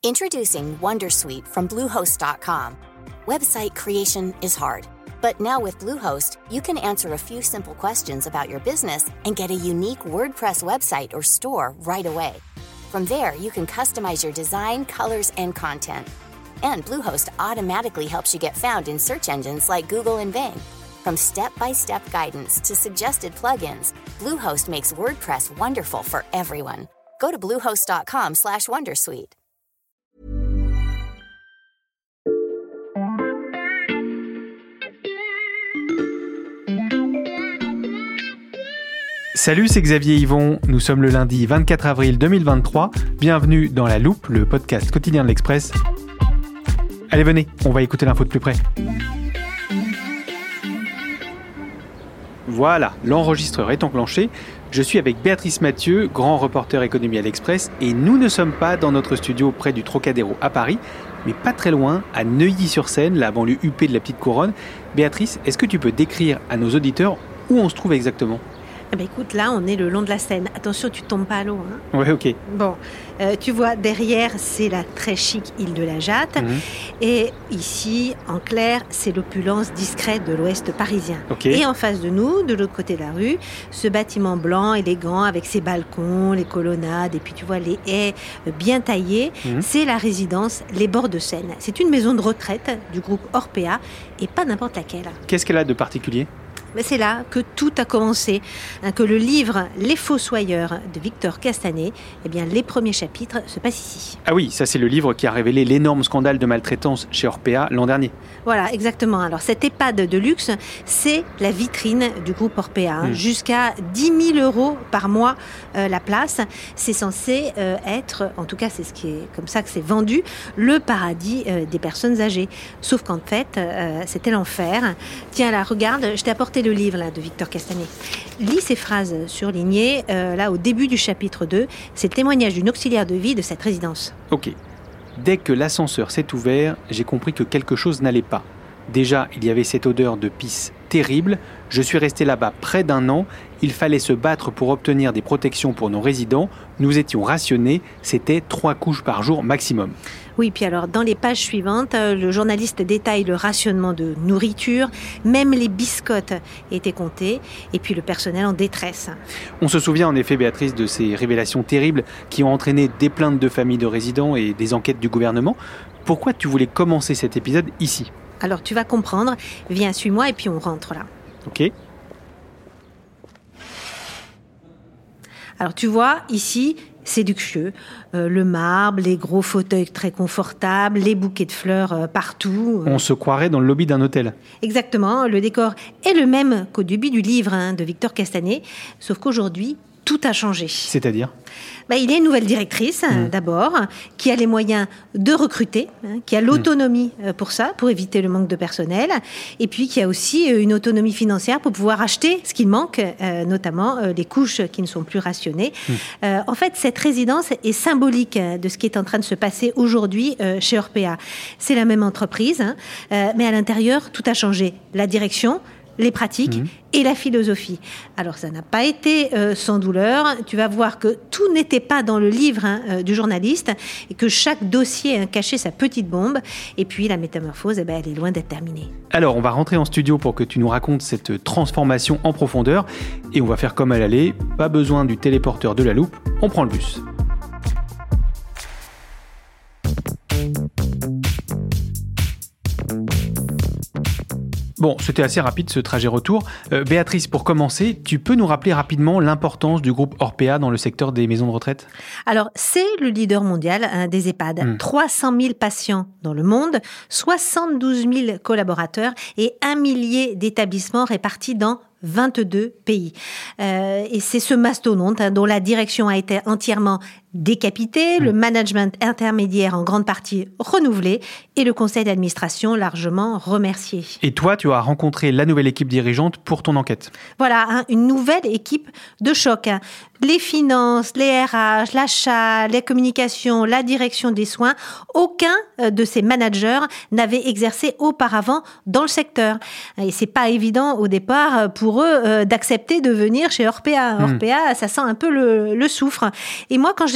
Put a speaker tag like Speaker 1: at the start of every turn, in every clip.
Speaker 1: Introducing Wondersuite from Bluehost.com. Website creation is hard, but now with Bluehost, you can answer a few simple questions about your business and get a unique WordPress website or store right away. From there, you can customize your design, colors, and content. And Bluehost automatically helps you get found in search engines like Google and Bing. From step-by-step guidance to suggested plugins, Bluehost makes WordPress wonderful for everyone. Go to bluehost.com/wondersuite.
Speaker 2: Salut, c'est Xavier Yvon. Nous sommes le lundi 24 avril 2023. Bienvenue dans La Loupe, le podcast quotidien de l'Express. Allez, venez, on va écouter l'info de plus près. Voilà, l'enregistreur est enclenché. Je suis avec Béatrice Mathieu, grand reporter économie à l'Express, et nous ne sommes pas dans notre studio près du Trocadéro à Paris, mais pas très loin, à Neuilly-sur-Seine, la banlieue huppée de la Petite Couronne. Béatrice, est-ce que tu peux décrire à nos auditeurs où on se trouve exactement ?
Speaker 3: Eh ben écoute, là, on est le long de la Seine. Attention, tu tombes pas à l'eau. Hein.
Speaker 2: Ouais, ok.
Speaker 3: Bon, tu vois, derrière, c'est la très chic île de la Jatte. Et ici, en clair, c'est l'opulence discrète de l'ouest parisien.
Speaker 2: Okay.
Speaker 3: Et en face de nous, de l'autre côté de la rue, ce bâtiment blanc, élégant, avec ses balcons, les colonnades, et puis tu vois, les haies bien taillées, c'est la résidence Les Bords de Seine. C'est une maison de retraite du groupe Orpea, et pas n'importe laquelle.
Speaker 2: Qu'est-ce qu'elle a de particulier ?
Speaker 3: Mais c'est là que tout a commencé, que le livre « Les Fossoyeurs » de Victor Castanet, eh bien, les premiers chapitres se passent ici.
Speaker 2: Ah oui, ça c'est le livre qui a révélé l'énorme scandale de maltraitance chez Orpea l'an dernier.
Speaker 3: Voilà, exactement. Alors cette EHPAD de luxe, c'est la vitrine du groupe Orpea. Jusqu'à 10 000 € par mois la place. C'est censé être, en tout cas c'est comme ça que c'est vendu, le paradis des personnes âgées. Sauf qu'en fait, c'était l'enfer. Tiens là, regarde, je t'ai apporté le livre là, de Victor Castanet. Lis ces phrases surlignées, là au début du chapitre 2, c'est le témoignage d'une auxiliaire de vie de cette résidence.
Speaker 2: Ok. Dès que l'ascenseur s'est ouvert, j'ai compris que quelque chose n'allait pas. Déjà, il y avait cette odeur de pisse terrible. Je suis resté là-bas près d'1 an. Il fallait se battre pour obtenir des protections pour nos résidents. Nous étions rationnés. C'était 3 couches par jour maximum.
Speaker 3: Oui, puis alors, dans les pages suivantes, le journaliste détaille le rationnement de nourriture. Même les biscottes étaient comptées. Et puis le personnel en détresse.
Speaker 2: On se souvient en effet, Béatrice, de ces révélations terribles qui ont entraîné des plaintes de familles de résidents et des enquêtes du gouvernement. Pourquoi tu voulais commencer cet épisode ici ?
Speaker 3: Alors, tu vas comprendre. Viens, suis-moi et puis on rentre là.
Speaker 2: Ok.
Speaker 3: Alors, tu vois, ici, c'est luxueux. Le marbre, les gros fauteuils très confortables, les bouquets de fleurs partout.
Speaker 2: On se croirait dans le lobby d'un hôtel.
Speaker 3: Exactement. Le décor est le même qu'au début du livre de Victor Castanet, sauf qu'aujourd'hui, tout a changé.
Speaker 2: C'est-à-dire ?
Speaker 3: Il y a une nouvelle directrice, d'abord, qui a les moyens de recruter, qui a l'autonomie pour ça, pour éviter le manque de personnel, et puis qui a aussi une autonomie financière pour pouvoir acheter ce qu'il manque, notamment les couches qui ne sont plus rationnées. En fait, cette résidence est symbolique de ce qui est en train de se passer aujourd'hui chez Orpea. C'est la même entreprise, mais à l'intérieur, tout a changé. La direction, les pratiques et la philosophie. Alors, ça n'a pas été sans douleur. Tu vas voir que tout n'était pas dans le livre du journaliste et que chaque dossier cachait sa petite bombe. Et puis, la métamorphose, elle est loin d'être terminée.
Speaker 2: Alors, on va rentrer en studio pour que tu nous racontes cette transformation en profondeur. Et on va faire comme à l'aller. Pas besoin du téléporteur de La Loupe. On prend le bus. Bon, c'était assez rapide ce trajet retour. Béatrice, pour commencer, tu peux nous rappeler rapidement l'importance du groupe Orpea dans le secteur des maisons de retraite ?
Speaker 3: Alors, c'est le leader mondial des EHPAD. 300 000 patients dans le monde, 72 000 collaborateurs et 1 millier d'établissements répartis dans 22 pays. Et c'est ce mastodonte dont la direction a été entièrement décapité, le management intermédiaire en grande partie renouvelé et le conseil d'administration largement remercié.
Speaker 2: Et toi, tu as rencontré la nouvelle équipe dirigeante pour ton enquête.
Speaker 3: Voilà, une nouvelle équipe de choc. Les finances, les RH, l'achat, les communications, la direction des soins, aucun de ces managers n'avait exercé auparavant dans le secteur. Et c'est pas évident au départ pour eux d'accepter de venir chez Orpea. Orpea, ça sent un peu le soufre. Et moi, quand je les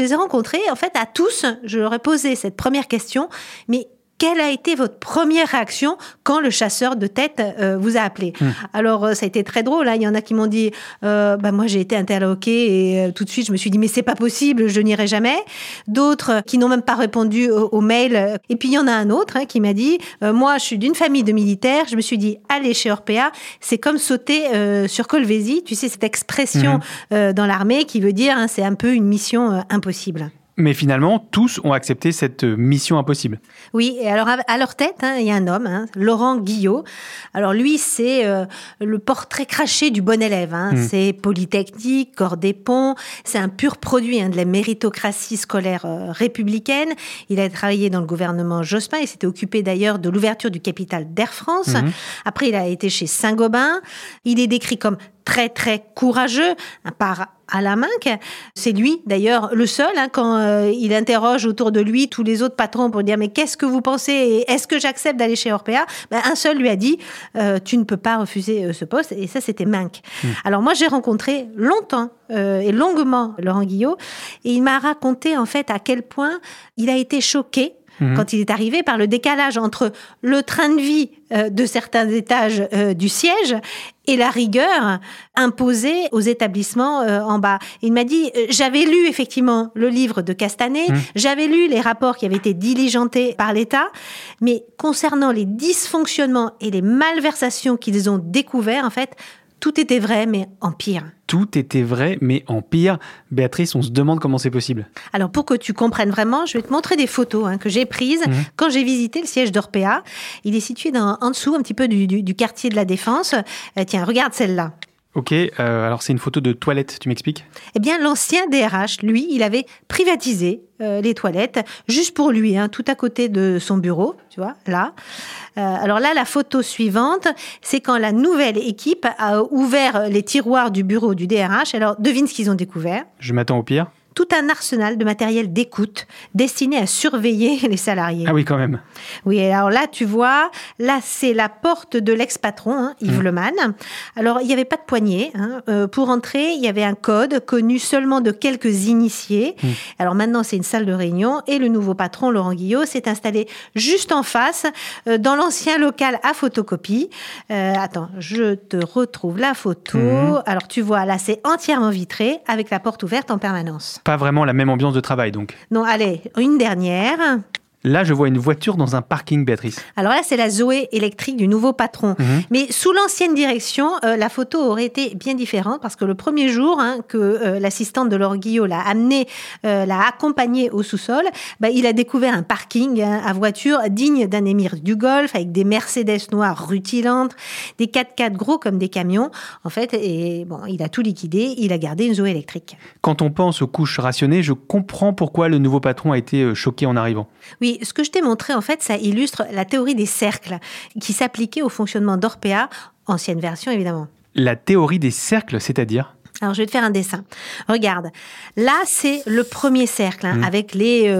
Speaker 3: les ai rencontrés, en fait, à tous, je leur ai posé cette première question, mais quelle a été votre première réaction quand le chasseur de tête vous a appelé ? Alors, ça a été très drôle. Hein. Il y en a qui m'ont dit moi, j'ai été interloquée et tout de suite, je me suis dit mais c'est pas possible, je n'irai jamais. D'autres qui n'ont même pas répondu au mail. Et puis, il y en a un autre qui m'a dit moi, je suis d'une famille de militaires. Je me suis dit aller chez Orpea, c'est comme sauter sur Kolwezi. Tu sais, cette expression dans l'armée qui veut dire c'est un peu une mission impossible.
Speaker 2: Mais finalement, tous ont accepté cette mission impossible.
Speaker 3: Oui, et alors à leur tête, il y a un homme, Laurent Guillot. Alors lui, c'est le portrait craché du bon élève. C'est Polytechnique, Corps des Ponts. C'est un pur produit de la méritocratie scolaire républicaine. Il a travaillé dans le gouvernement Jospin. Il s'était occupé d'ailleurs de l'ouverture du capital d'Air France. Après, il a été chez Saint-Gobain. Il est décrit comme très, très courageux par Alain Minc. C'est lui, d'ailleurs, le seul, quand il interroge autour de lui tous les autres patrons pour dire « Mais qu'est-ce que vous pensez et est-ce que j'accepte d'aller chez Orpea ?» Un seul lui a dit « Tu ne peux pas refuser ce poste. » Et ça, c'était Minc. Alors moi, j'ai rencontré longtemps et longuement Laurent Guillot et il m'a raconté en fait à quel point il a été choqué quand il est arrivé par le décalage entre le train de vie de certains étages du siège et la rigueur imposée aux établissements en bas. Il m'a dit, j'avais lu effectivement le livre de Castanet, j'avais lu les rapports qui avaient été diligentés par l'État, mais concernant les dysfonctionnements et les malversations qu'ils ont découverts, en fait, tout était vrai, mais en pire.
Speaker 2: Tout était vrai, mais en pire. Béatrice, on se demande comment c'est possible.
Speaker 3: Alors, pour que tu comprennes vraiment, je vais te montrer des photos que j'ai prises quand j'ai visité le siège d'Orpea. Il est situé en dessous, un petit peu du quartier de la Défense. Tiens, regarde celle-là.
Speaker 2: Ok, alors c'est une photo de toilette, tu m'expliques ?
Speaker 3: Eh bien, l'ancien DRH, lui, il avait privatisé les toilettes, juste pour lui, tout à côté de son bureau, tu vois, là. Alors là, la photo suivante, c'est quand la nouvelle équipe a ouvert les tiroirs du bureau du DRH. Alors, devine ce qu'ils ont découvert.
Speaker 2: Je m'attends au pire.
Speaker 3: Tout un arsenal de matériel d'écoute destiné à surveiller les salariés.
Speaker 2: Ah oui, quand même.
Speaker 3: Oui, alors là, tu vois, là, c'est la porte de l'ex-patron, Yves Lemann. Alors, il n'y avait pas de poignée. Pour entrer, il y avait un code connu seulement de quelques initiés. Alors maintenant, c'est une salle de réunion et le nouveau patron, Laurent Guillot, s'est installé juste en face, dans l'ancien local à photocopie. Attends, je te retrouve la photo. Alors, tu vois, là, c'est entièrement vitré avec la porte ouverte en permanence.
Speaker 2: Pas vraiment la même ambiance de travail, donc.
Speaker 3: Non, allez, une dernière.
Speaker 2: Là, je vois une voiture dans un parking, Béatrice.
Speaker 3: Alors là, c'est la Zoé électrique du nouveau patron. Mais sous l'ancienne direction, la photo aurait été bien différente parce que le premier jour que l'assistante de Laurent Guillot l'a amené, l'a accompagné au sous-sol, il a découvert un parking à voitures digne d'un émir du Golfe avec des Mercedes noires rutilantes, des 4x4 gros comme des camions. En fait, et bon, il a tout liquidé, il a gardé une Zoé électrique.
Speaker 2: Quand on pense aux couches rationnées, je comprends pourquoi le nouveau patron a été choqué en arrivant.
Speaker 3: Oui, ce que je t'ai montré, en fait, ça illustre la théorie des cercles qui s'appliquait au fonctionnement d'Orpea, ancienne version évidemment.
Speaker 2: La théorie des cercles, c'est-à-dire ?
Speaker 3: Alors, je vais te faire un dessin. Regarde, là, c'est le premier cercle, avec les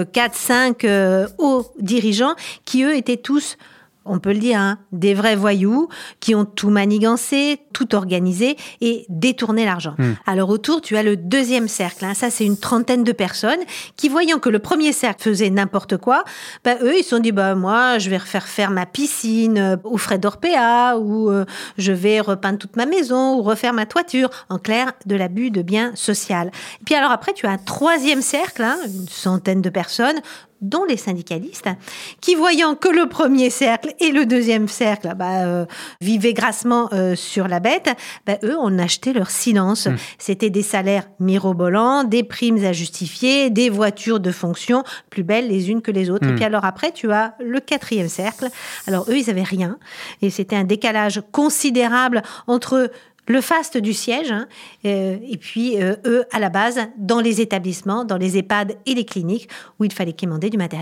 Speaker 3: 4-5 hauts dirigeants qui, eux, étaient tous... on peut le dire, des vrais voyous qui ont tout manigancé, tout organisé et détourné l'argent. Alors autour, tu as le deuxième cercle. Ça, c'est une trentaine de personnes qui, voyant que le premier cercle faisait n'importe quoi, eux, ils se sont dit, moi, je vais refaire ma piscine aux frais d'Orpea ou je vais repeindre toute ma maison ou refaire ma toiture. En clair, de l'abus de biens social. Et puis alors après, tu as un troisième cercle, une centaine de personnes, dont les syndicalistes, qui, voyant que le premier cercle et le deuxième cercle vivaient grassement sur la bête, eux, on acheté leur silence. C'était des salaires mirobolants, des primes à justifier, des voitures de fonction plus belles les unes que les autres. Et puis alors après, tu as le quatrième cercle. Alors eux, ils avaient rien. Et c'était un décalage considérable entre le faste du siège, et puis eux, à la base, dans les établissements, dans les EHPAD et les cliniques, où il fallait quémander du matériel.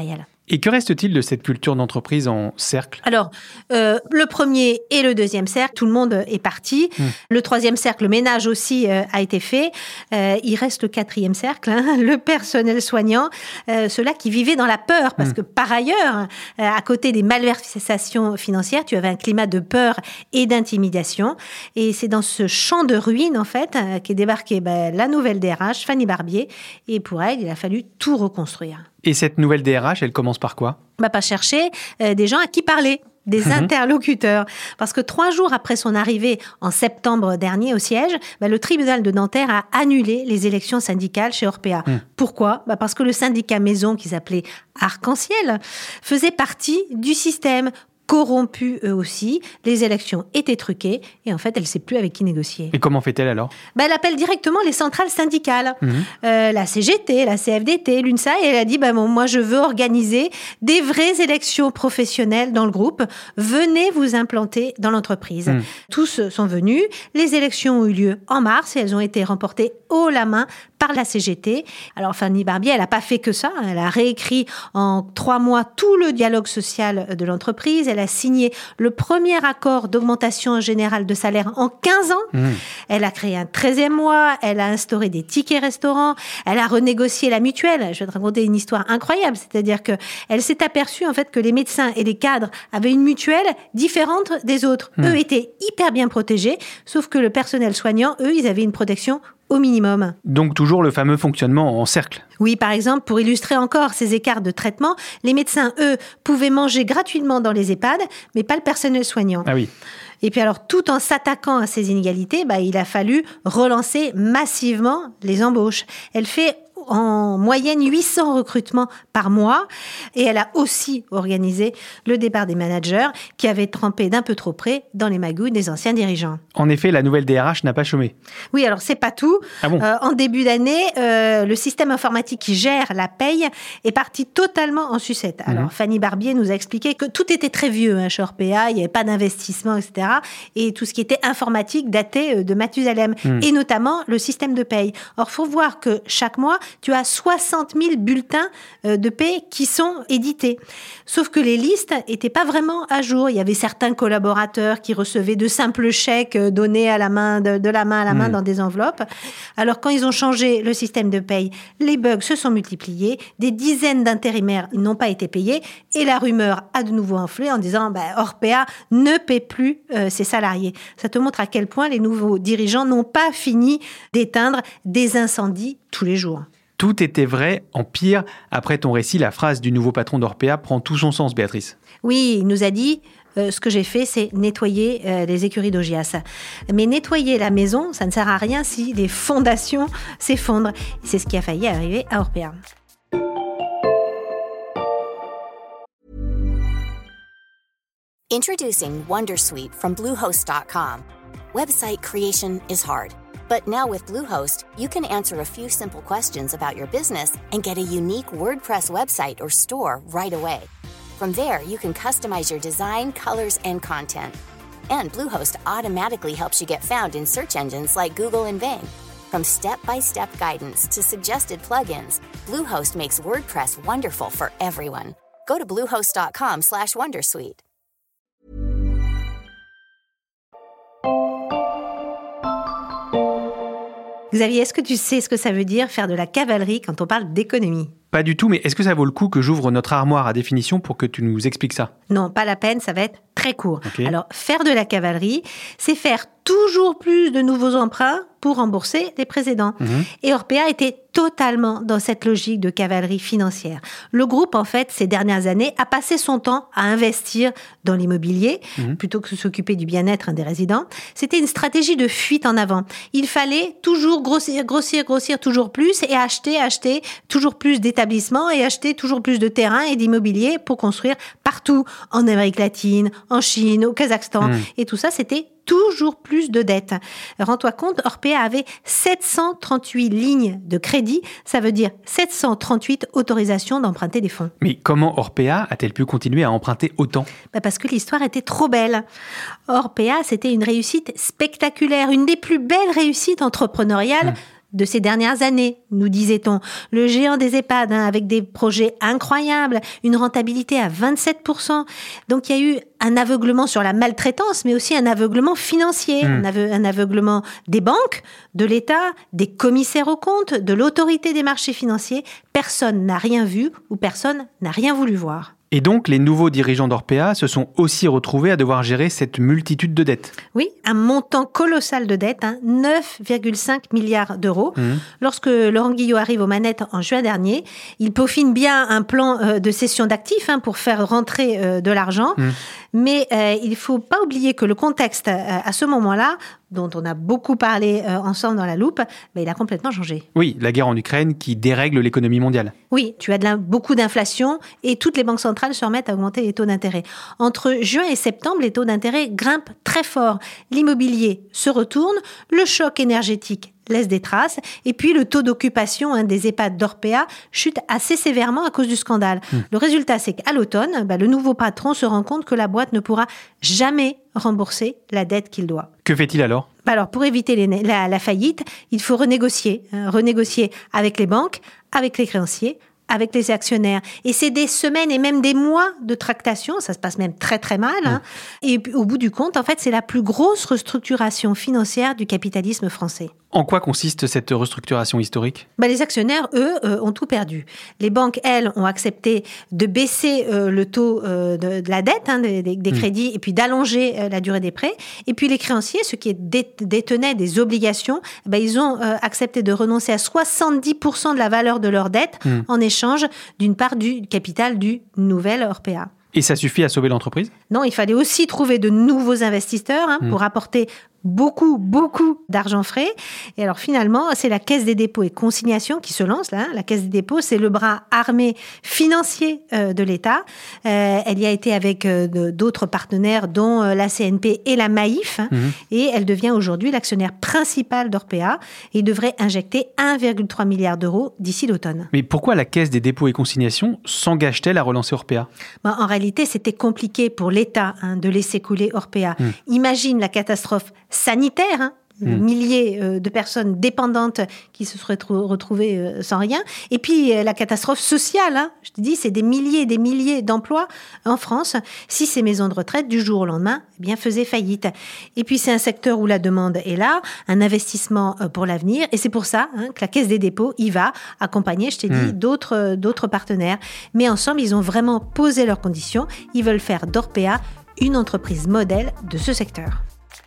Speaker 2: Et que reste-t-il de cette culture d'entreprise en cercle ?
Speaker 3: Alors, le premier et le deuxième cercle, tout le monde est parti. Le troisième cercle, le ménage aussi a été fait. Il reste le quatrième cercle, le personnel soignant, ceux-là qui vivaient dans la peur, parce que par ailleurs, à côté des malversations financières, tu avais un climat de peur et d'intimidation. Et c'est dans ce champ de ruines, en fait, qu'est débarquée la nouvelle DRH, Fanny Barbier. Et pour elle, il a fallu tout reconstruire.
Speaker 2: Et cette nouvelle DRH, elle commence par quoi ?
Speaker 3: Pas chercher des gens à qui parler, des interlocuteurs. Parce que 3 jours après son arrivée en septembre dernier au siège, le tribunal de Nanterre a annulé les élections syndicales chez Orpea. Pourquoi ? Parce que le syndicat maison, qui s'appelait Arc-en-Ciel, faisait partie du système. Corrompus eux aussi, les élections étaient truquées et en fait, elle ne sait plus avec qui négocier.
Speaker 2: Et comment fait-elle alors ?
Speaker 3: Elle appelle directement les centrales syndicales, la CGT, la CFDT, l'UNSA, et elle a dit moi je veux organiser des vraies élections professionnelles dans le groupe, venez vous implanter dans l'entreprise. Tous sont venus, les élections ont eu lieu en mars et elles ont été remportées haut la main par la CGT. Alors Fanny Barbier, elle n'a pas fait que ça, elle a réécrit en 3 mois tout le dialogue social de l'entreprise. Elle a signé le premier accord d'augmentation générale de salaire en 15 ans. Elle a créé un 13e mois. Elle a instauré des tickets restaurants. Elle a renégocié la mutuelle. Je vais te raconter une histoire incroyable. C'est-à-dire qu'elle s'est aperçue en fait que les médecins et les cadres avaient une mutuelle différente des autres. Eux étaient hyper bien protégés, sauf que le personnel soignant, eux, ils avaient une protection au minimum.
Speaker 2: Donc toujours le fameux fonctionnement en cercle.
Speaker 3: Oui, par exemple, pour illustrer encore ces écarts de traitement, les médecins, eux, pouvaient manger gratuitement dans les EHPAD, mais pas le personnel soignant.
Speaker 2: Ah oui.
Speaker 3: Et puis alors, tout en s'attaquant à ces inégalités, il a fallu relancer massivement les embauches. Elle fait en moyenne 800 recrutements par mois. Et elle a aussi organisé le départ des managers qui avaient trempé d'un peu trop près dans les magouilles des anciens dirigeants.
Speaker 2: En effet, la nouvelle DRH n'a pas chômé.
Speaker 3: Oui, alors c'est pas tout.
Speaker 2: Ah bon ?
Speaker 3: En début d'année, le système informatique qui gère la paye est parti totalement en sucette. Alors Fanny Barbier nous a expliqué que tout était très vieux chez Orpea, il n'y avait pas d'investissement, etc. Et tout ce qui était informatique datait de Mathusalem, et notamment le système de paye. Or, il faut voir que chaque mois, tu as 60 000 bulletins de paie qui sont édités. Sauf que les listes n'étaient pas vraiment à jour. Il y avait certains collaborateurs qui recevaient de simples chèques donnés à la main, de la main à la main dans des enveloppes. Alors, quand ils ont changé le système de paye, les bugs se sont multipliés. Des dizaines d'intérimaires n'ont pas été payés. Et la rumeur a de nouveau enflé en disant Orpea ne paie plus ses salariés. Ça te montre à quel point les nouveaux dirigeants n'ont pas fini d'éteindre des incendies tous les jours.
Speaker 2: Tout était vrai, en pire. Après ton récit, la phrase du nouveau patron d'Orpea prend tout son sens, Béatrice.
Speaker 3: Oui, il nous a dit ce que j'ai fait, c'est nettoyer les écuries d'Augias. Mais nettoyer la maison, ça ne sert à rien si les fondations s'effondrent. C'est ce qui a failli arriver à Orpea.
Speaker 1: Introducing Wondersuite from Bluehost.com. Website creation is hard. But now with Bluehost, you can answer a few simple questions about your business and get a unique WordPress website or store right away. From there, you can customize your design, colors, and content. And Bluehost automatically helps you get found in search engines like Google and Bing. From step-by-step guidance to suggested plugins, Bluehost makes WordPress wonderful for everyone. Go to bluehost.com/wondersuite.
Speaker 3: Xavier, est-ce que tu sais ce que ça veut dire faire de la cavalerie quand on parle d'économie ?
Speaker 2: Pas du tout, mais est-ce que ça vaut le coup que j'ouvre notre armoire à définition pour que tu nous expliques ça ?
Speaker 3: Non, pas la peine, ça va être très court.
Speaker 2: Okay.
Speaker 3: Alors, faire de la cavalerie, c'est faire toujours plus de nouveaux emprunts pour rembourser les précédents. Et Orpea était totalement dans cette logique de cavalerie financière. Le groupe, en fait, ces dernières années, a passé son temps à investir dans l'immobilier plutôt que de s'occuper du bien-être des résidents. C'était une stratégie de fuite en avant. Il fallait toujours grossir toujours plus et acheter toujours plus d'établissements et acheter toujours plus de terrains et d'immobilier pour construire partout, en Amérique latine, en Chine, au Kazakhstan. Et tout ça, c'était toujours plus de dettes. Rends-toi compte, Orpea avait 738 lignes de crédit, ça veut dire 738 autorisations d'emprunter des fonds.
Speaker 2: Mais comment Orpea a-t-elle pu continuer à emprunter autant ?
Speaker 3: Parce que l'histoire était trop belle. Orpea, c'était une réussite spectaculaire, une des plus belles réussites entrepreneuriales de ces dernières années, nous disait-on. Le géant des EHPAD, avec des projets incroyables, une rentabilité à 27%. Donc, il y a eu un aveuglement sur la maltraitance, mais aussi un aveuglement financier, un aveuglement des banques, de l'État, des commissaires aux comptes, de l'autorité des marchés financiers. Personne n'a rien vu ou personne n'a rien voulu voir.
Speaker 2: Et donc, les nouveaux dirigeants d'Orpea se sont aussi retrouvés à devoir gérer cette multitude de dettes.
Speaker 3: Oui, un montant colossal de dettes, 9,5 milliards d'euros. Lorsque Laurent Guillot arrive aux manettes en juin dernier, il peaufine bien un plan de cession d'actifs pour faire rentrer de l'argent. Mais il ne faut pas oublier que le contexte, à ce moment-là, dont on a beaucoup parlé ensemble dans la loupe, il a complètement changé.
Speaker 2: Oui, la guerre en Ukraine qui dérègle l'économie mondiale.
Speaker 3: Oui, tu as beaucoup d'inflation et toutes les banques centrales se remettent à augmenter les taux d'intérêt. Entre juin et septembre, les taux d'intérêt grimpent très fort. L'immobilier se retourne, le choc énergétique laisse des traces, et puis le taux d'occupation des EHPAD d'Orpea chute assez sévèrement à cause du scandale. Le résultat, c'est qu'à l'automne, le nouveau patron se rend compte que la boîte ne pourra jamais rembourser la dette qu'il doit.
Speaker 2: Que fait-il alors ?
Speaker 3: Alors, pour éviter la faillite, il faut renégocier avec les banques, avec les créanciers, avec les actionnaires. Et c'est des semaines et même des mois de tractation, ça se passe même très très mal. Et au bout du compte, en fait, c'est la plus grosse restructuration financière du capitalisme français.
Speaker 2: En quoi consiste cette restructuration historique ?
Speaker 3: Les actionnaires, eux, ont tout perdu. Les banques, elles, ont accepté de baisser le taux de la dette, des crédits, et puis d'allonger la durée des prêts. Et puis les créanciers, ceux qui détenaient des obligations, ils ont accepté de renoncer à 70% de la valeur de leur dette en échange d'une part du capital du nouvel Orpea.
Speaker 2: Et ça suffit à sauver l'entreprise ?
Speaker 3: Non, il fallait aussi trouver de nouveaux investisseurs pour apporter beaucoup d'argent frais. Et alors finalement, c'est la Caisse des dépôts et consignations qui se lance là. La Caisse des dépôts, c'est le bras armé financier de l'État. Elle y a été avec d'autres partenaires, dont la CNP et la Maïf. Et elle devient aujourd'hui l'actionnaire principal d'Orpea. Et il devrait injecter 1,3 milliard d'euros d'ici l'automne.
Speaker 2: Mais pourquoi la Caisse des dépôts et consignations s'engage-t-elle à relancer Orpea ?
Speaker 3: En réalité, c'était compliqué pour l'État de laisser couler Orpea. Imagine la catastrophe sanitaire, milliers de personnes dépendantes qui se seraient retrouvées sans rien. Et puis la catastrophe sociale, je te dis, c'est des milliers et des milliers d'emplois en France. Si ces maisons de retraite, du jour au lendemain, faisaient faillite. Et puis c'est un secteur où la demande est là, un investissement pour l'avenir. Et c'est pour ça que la Caisse des dépôts y va accompagner, je t'ai dit, d'autres partenaires. Mais ensemble, ils ont vraiment posé leurs conditions. Ils veulent faire d'Orpea une entreprise modèle de ce secteur.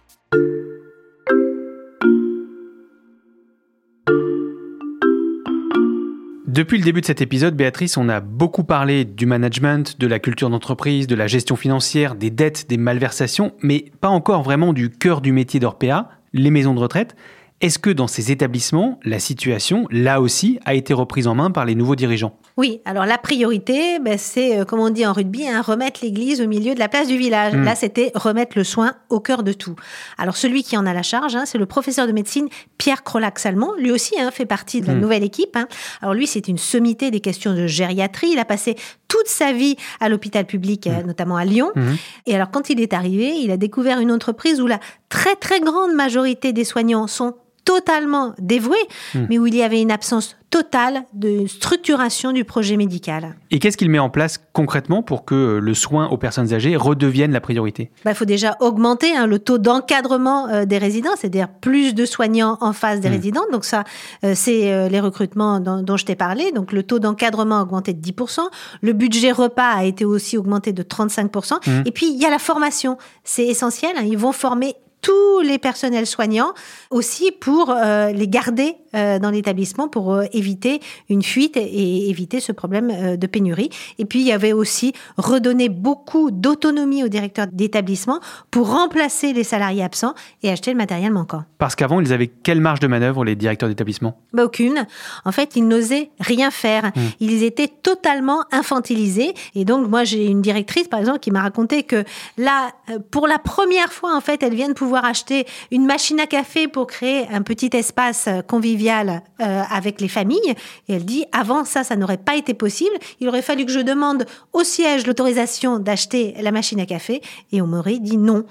Speaker 2: Depuis le début de cet épisode, Béatrice, on a beaucoup parlé du management, de la culture d'entreprise, de la gestion financière, des dettes, des malversations, mais pas encore vraiment du cœur du métier d'Orpea, les maisons de retraite. Est-ce que dans ces établissements, la situation, là aussi, a été reprise en main par les nouveaux dirigeants ?
Speaker 3: Oui, alors la priorité, c'est, comme on dit en rugby, remettre l'église au milieu de la place du village. Là, c'était remettre le soin au cœur de tout. Alors celui qui en a la charge, c'est le professeur de médecine Pierre Crolac-Salmon. Lui aussi fait partie de la nouvelle équipe. Alors lui, c'est une sommité des questions de gériatrie. Il a passé toute sa vie à l'hôpital public, notamment à Lyon. Et alors quand il est arrivé, il a découvert une entreprise où la très très grande majorité des soignants sont totalement dévoués, mais où il y avait une absence totale de structuration du projet médical.
Speaker 2: Et qu'est-ce qu'il met en place concrètement pour que le soin aux personnes âgées redevienne la priorité ?
Speaker 3: Il faut déjà augmenter le taux d'encadrement des résidents, c'est-à-dire plus de soignants en face des résidents. Donc ça, c'est les recrutements dont je t'ai parlé. Donc le taux d'encadrement a augmenté de 10%. Le budget repas a été aussi augmenté de 35%. Et puis, il y a la formation. C'est essentiel. Ils vont former tous les personnels soignants aussi pour les garder dans l'établissement pour éviter une fuite et éviter ce problème de pénurie. Et puis, il y avait aussi redonner beaucoup d'autonomie aux directeurs d'établissement pour remplacer les salariés absents et acheter le matériel manquant.
Speaker 2: Parce qu'avant, ils avaient quelle marge de manœuvre, les directeurs d'établissement ?
Speaker 3: Aucune. En fait, ils n'osaient rien faire. Ils étaient totalement infantilisés. Et donc, moi, j'ai une directrice, par exemple, qui m'a raconté que là, pour la première fois, en fait, elle vient de pouvoir acheter une machine à café pour créer un petit espace convivial convivial avec les familles. Et elle dit, avant ça n'aurait pas été possible. Il aurait fallu que je demande au siège l'autorisation d'acheter la machine à café. Et on m'aurait dit non.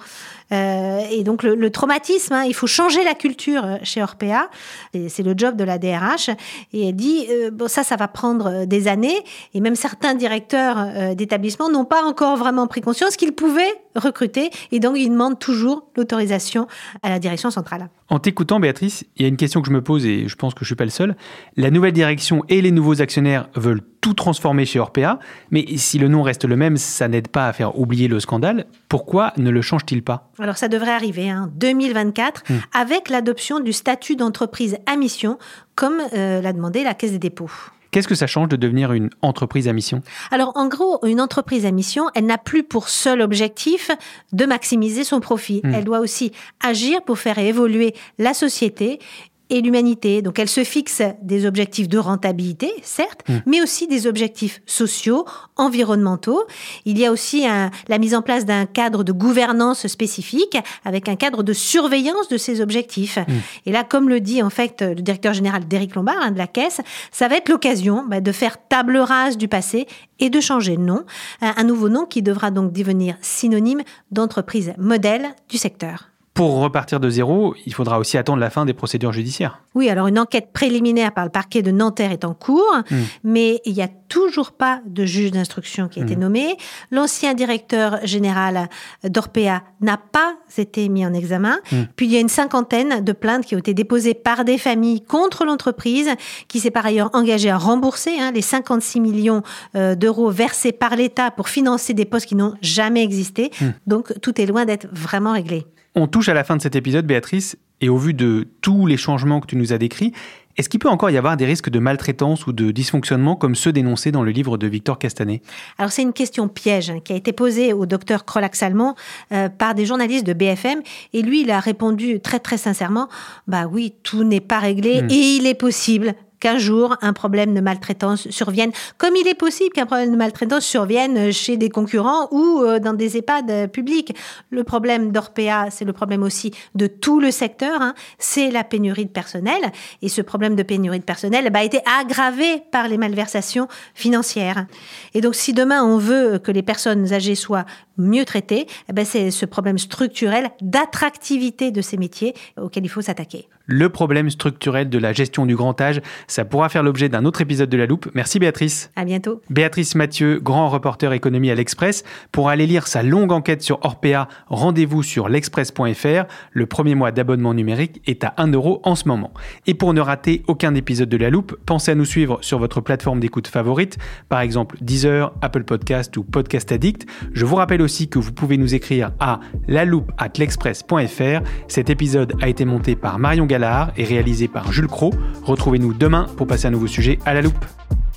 Speaker 3: Et donc le traumatisme, il faut changer la culture chez Orpea, et c'est le job de la DRH. Et elle dit ça va prendre des années, et même certains directeurs d'établissements n'ont pas encore vraiment pris conscience qu'ils pouvaient recruter, et donc ils demandent toujours l'autorisation à la direction centrale.
Speaker 2: En t'écoutant, Béatrice, il y a une question que je me pose et je pense que je ne suis pas le seul. La nouvelle direction et les nouveaux actionnaires veulent tout transformer chez Orpea, mais si le nom reste le même, ça n'aide pas à faire oublier le scandale. Pourquoi ne le change-t-il pas ?
Speaker 3: Alors ça devrait arriver en 2024 avec l'adoption du statut d'entreprise à mission, comme l'a demandé la Caisse des dépôts.
Speaker 2: Qu'est-ce que ça change de devenir une entreprise à mission ?
Speaker 3: Alors, en gros, une entreprise à mission, elle n'a plus pour seul objectif de maximiser son profit. Elle doit aussi agir pour faire évoluer la société et l'humanité. Donc, elle se fixe des objectifs de rentabilité, certes, mais aussi des objectifs sociaux, environnementaux. Il y a aussi la mise en place d'un cadre de gouvernance spécifique avec un cadre de surveillance de ces objectifs. Et là, comme le dit en fait le directeur général d'Éric Lombard de la Caisse, ça va être l'occasion de faire table rase du passé et de changer de nom. Un nouveau nom qui devra donc devenir synonyme d'entreprise modèle du secteur.
Speaker 2: Pour repartir de zéro, il faudra aussi attendre la fin des procédures judiciaires.
Speaker 3: Oui, alors une enquête préliminaire par le parquet de Nanterre est en cours, mais il n'y a toujours pas de juge d'instruction qui a été nommé. L'ancien directeur général d'Orpea n'a pas été mis en examen. Puis il y a une 50aine de plaintes qui ont été déposées par des familles contre l'entreprise, qui s'est par ailleurs engagée à rembourser les 56 millions d'euros versés par l'État pour financer des postes qui n'ont jamais existé. Donc tout est loin d'être vraiment réglé.
Speaker 2: On touche à la fin de cet épisode, Béatrice, et au vu de tous les changements que tu nous as décrits, est-ce qu'il peut encore y avoir des risques de maltraitance ou de dysfonctionnement comme ceux dénoncés dans le livre de Victor Castanet ?
Speaker 3: Alors c'est une question piège qui a été posée au docteur Krolak-Salmon par des journalistes de BFM, et lui il a répondu très très sincèrement, oui, tout n'est pas réglé et il est possible qu'un jour, un problème de maltraitance survienne, comme il est possible qu'un problème de maltraitance survienne chez des concurrents ou dans des EHPAD publics. Le problème d'Orpea, c'est le problème aussi de tout le secteur, c'est la pénurie de personnel. Et ce problème de pénurie de personnel a été aggravé par les malversations financières. Et donc, si demain, on veut que les personnes âgées soient mieux traitées, c'est ce problème structurel d'attractivité de ces métiers auquel il faut s'attaquer.
Speaker 2: Le problème structurel de la gestion du grand âge, ça pourra faire l'objet d'un autre épisode de La Loupe. Merci Béatrice.
Speaker 3: À bientôt.
Speaker 2: Béatrice Mathieu, grand reporter économie à l'Express. Pour aller lire sa longue enquête sur Orpea, rendez-vous sur l'express.fr. Le premier mois d'abonnement numérique est à 1 € en ce moment. Et pour ne rater aucun épisode de La Loupe, pensez à nous suivre sur votre plateforme d'écoute favorite, par exemple Deezer, Apple Podcast ou Podcast Addict. Je vous rappelle aussi que vous pouvez nous écrire à laloupe@l'express.fr. Cet épisode a été monté par Marion Gallard et réalisé par Jules Cros. Retrouvez-nous demain pour passer un nouveau sujet à la loupe.